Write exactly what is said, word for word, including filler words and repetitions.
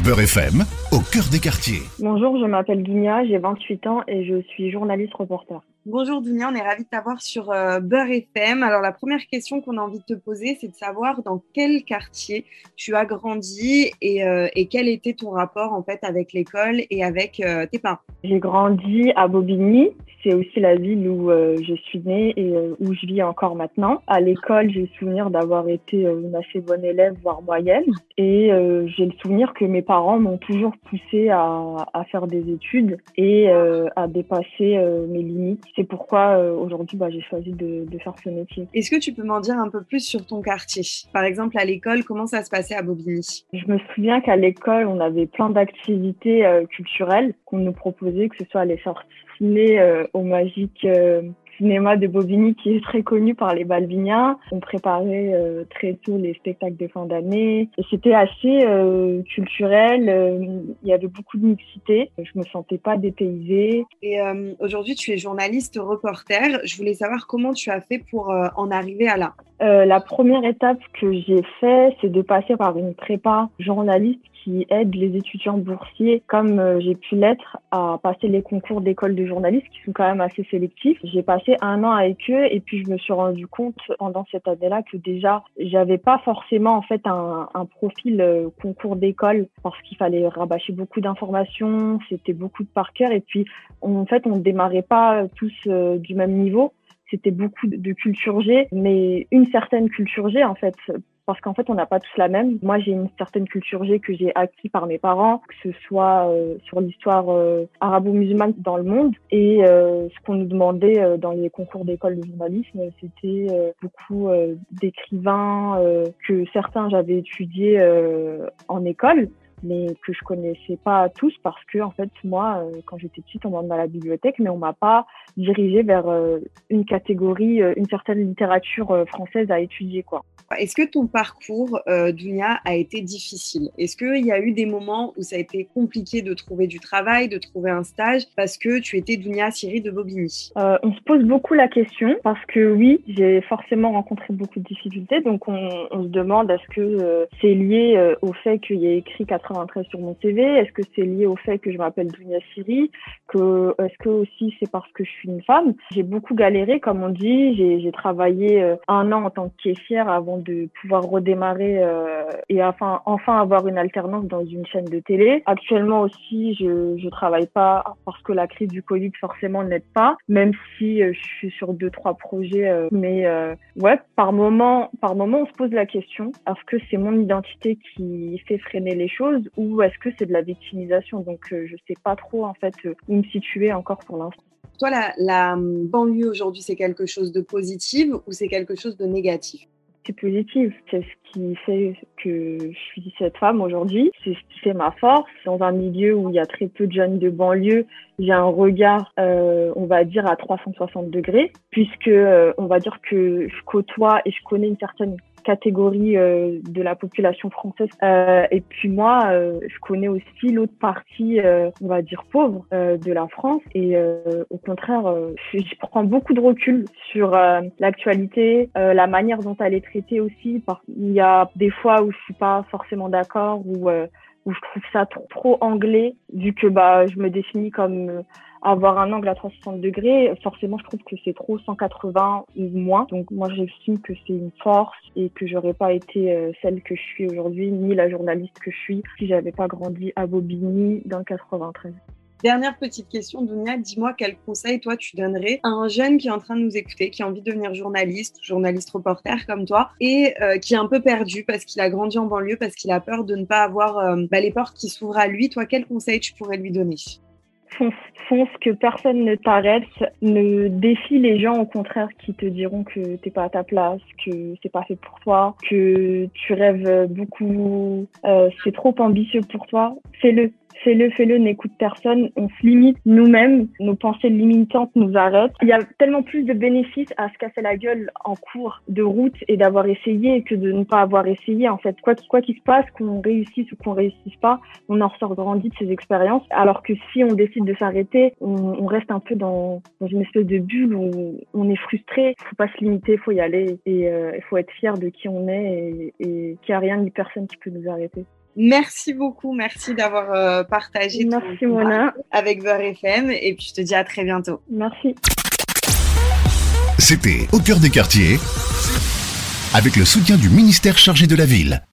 Beurre F M, au cœur des quartiers. Bonjour, je m'appelle Dounia, j'ai vingt-huit ans et je suis journaliste reporter. Bonjour Dounia, on est ravis de t'avoir sur euh, Beurre F M. Alors la première question qu'on a envie de te poser, c'est de savoir dans quel quartier tu as grandi et, euh, et quel était ton rapport en fait avec l'école et avec euh, tes parents. J'ai grandi à Bobigny, c'est aussi la ville où euh, je suis née et euh, où je vis encore maintenant. À l'école, j'ai le souvenir d'avoir été euh, une assez bonne élève, voire moyenne. Et euh, j'ai le souvenir que mes parents m'ont toujours poussée à, à faire des études et euh, à dépasser euh, mes limites. C'est pourquoi euh, aujourd'hui, bah, j'ai choisi de, de faire ce métier. Est-ce que tu peux m'en dire un peu plus sur ton quartier? Par exemple, à l'école, comment ça se passait à Bobigny? Je me souviens qu'à l'école, on avait plein d'activités euh, culturelles qu'on nous proposait, que ce soit les sorties ciné euh, au magique euh, cinéma de Bobigny qui est très connu par les Balviniens. On préparait euh, très tôt les spectacles de fin d'année. Et c'était assez euh, culturel. Euh, il y avait beaucoup de mixité. Je me sentais pas dépaysée. Et euh, aujourd'hui, tu es journaliste reporter. Je voulais savoir comment tu as fait pour euh, en arriver à là. Euh, la première étape que j'ai fait, c'est de passer par une prépa journaliste qui aide les étudiants boursiers, comme euh, j'ai pu l'être, à passer les concours d'école de journalistes qui sont quand même assez sélectifs. J'ai passé un an avec eux et puis je me suis rendu compte pendant cette année-là que déjà, j'avais pas forcément en fait un, un profil euh, concours d'école parce qu'il fallait rabâcher beaucoup d'informations, c'était beaucoup de par cœur et puis on, en fait on ne démarrait pas tous euh, du même niveau. C'était beaucoup de culture G, mais une certaine culture G, en fait, parce qu'en fait, on n'a pas tous la même. Moi, j'ai une certaine culture G que j'ai acquis par mes parents, que ce soit euh, sur l'histoire euh, arabo-musulmane dans le monde. Et euh, ce qu'on nous demandait euh, dans les concours d'école de journalisme, c'était euh, beaucoup euh, d'écrivains euh, que certains j'avais étudiés euh, en école, mais que je connaissais pas tous parce que en fait moi euh, quand j'étais petite on m'a emmenée à la bibliothèque mais on m'a pas dirigée vers euh, une catégorie euh, une certaine littérature euh, française à étudier quoi. Est-ce que ton parcours, euh, Dounia, a été difficile? Est-ce qu'il y a eu des moments où ça a été compliqué de trouver du travail, de trouver un stage, parce que tu étais Dounia Siri de Bobigny? euh, On se pose beaucoup la question, parce que oui, j'ai forcément rencontré beaucoup de difficultés, donc on, on se demande est-ce que euh, c'est lié euh, au fait qu'il y ait écrit quatre-vingt-treize sur mon C V? Est-ce que c'est lié au fait que je m'appelle Dounia Siri? que, Est-ce que aussi c'est parce que je suis une femme? J'ai beaucoup galéré, comme on dit, j'ai, j'ai travaillé euh, un an en tant que caissière avant de pouvoir redémarrer euh, et enfin enfin avoir une alternance dans une chaîne de télé. Actuellement aussi, je je travaille pas parce que la crise du Covid forcément n'aide pas, même si euh, je suis sur deux trois projets. Euh, mais euh, ouais, par moment par moment on se pose la question est-ce que c'est mon identité qui fait freiner les choses ou est-ce que c'est de la victimisation? Donc euh, je sais pas trop en fait euh, où me situer encore pour l'instant. Toi, la, la banlieue aujourd'hui, c'est quelque chose de positif ou c'est quelque chose de négatif? C'est positif. C'est ce qui fait que je suis cette femme aujourd'hui. C'est ce qui fait ma force. Dans un milieu où il y a très peu de jeunes de banlieue, j'ai un regard, euh, on va dire, à trois cent soixante degrés, puisque euh, on va dire que je côtoie et je connais une certaine catégorie euh, de la population française. Euh, et puis moi, euh, je connais aussi l'autre partie, euh, on va dire pauvre, euh, de la France. Et euh, au contraire, euh, je, je prends beaucoup de recul sur euh, l'actualité, euh, la manière dont elle est traitée aussi. Par... Il y a des fois où je suis pas forcément d'accord, où euh, où je trouve ça trop, trop anglais, vu que bah je me définis comme euh, avoir un angle à trois cent soixante degrés. Forcément, je trouve que c'est trop cent quatre-vingts ou moins. Donc moi, j'estime que c'est une force et que j'aurais pas été euh, celle que je suis aujourd'hui, ni la journaliste que je suis, si j'avais pas grandi à Bobigny dans le quatre-vingt-treize. Dernière petite question, Dounia, dis-moi quel conseil toi tu donnerais à un jeune qui est en train de nous écouter, qui a envie de devenir journaliste, journaliste reporter comme toi, et euh, qui est un peu perdu parce qu'il a grandi en banlieue, parce qu'il a peur de ne pas avoir euh, bah, les portes qui s'ouvrent à lui. Toi, quel conseil tu pourrais lui donner? Fonce, fonce, que personne ne t'arrête, ne défie les gens au contraire qui te diront que t'es pas à ta place, que c'est pas fait pour toi, que tu rêves beaucoup, euh, c'est trop ambitieux pour toi. Fais-le. Fais-le, fais-le, n'écoute personne. On se limite nous-mêmes. Nos pensées limitantes nous arrêtent. Il y a tellement plus de bénéfices à se casser la gueule en cours de route et d'avoir essayé que de ne pas avoir essayé. En fait, quoi qu'il quoi qu'il se passe, qu'on réussisse ou qu'on réussisse pas, on en ressort grandi de ces expériences. Alors que si on décide de s'arrêter, on, on reste un peu dans, dans une espèce de bulle où on est frustré. Faut pas se limiter, faut y aller et il euh, faut être fier de qui on est et, et qu'il n'y a rien ni personne qui peut nous arrêter. Merci beaucoup, merci d'avoir euh, partagé Merci, ton Mona. avec Beurre F M et puis je te dis à très bientôt. Merci. C'était Au cœur des quartiers avec le soutien du ministère chargé de la ville.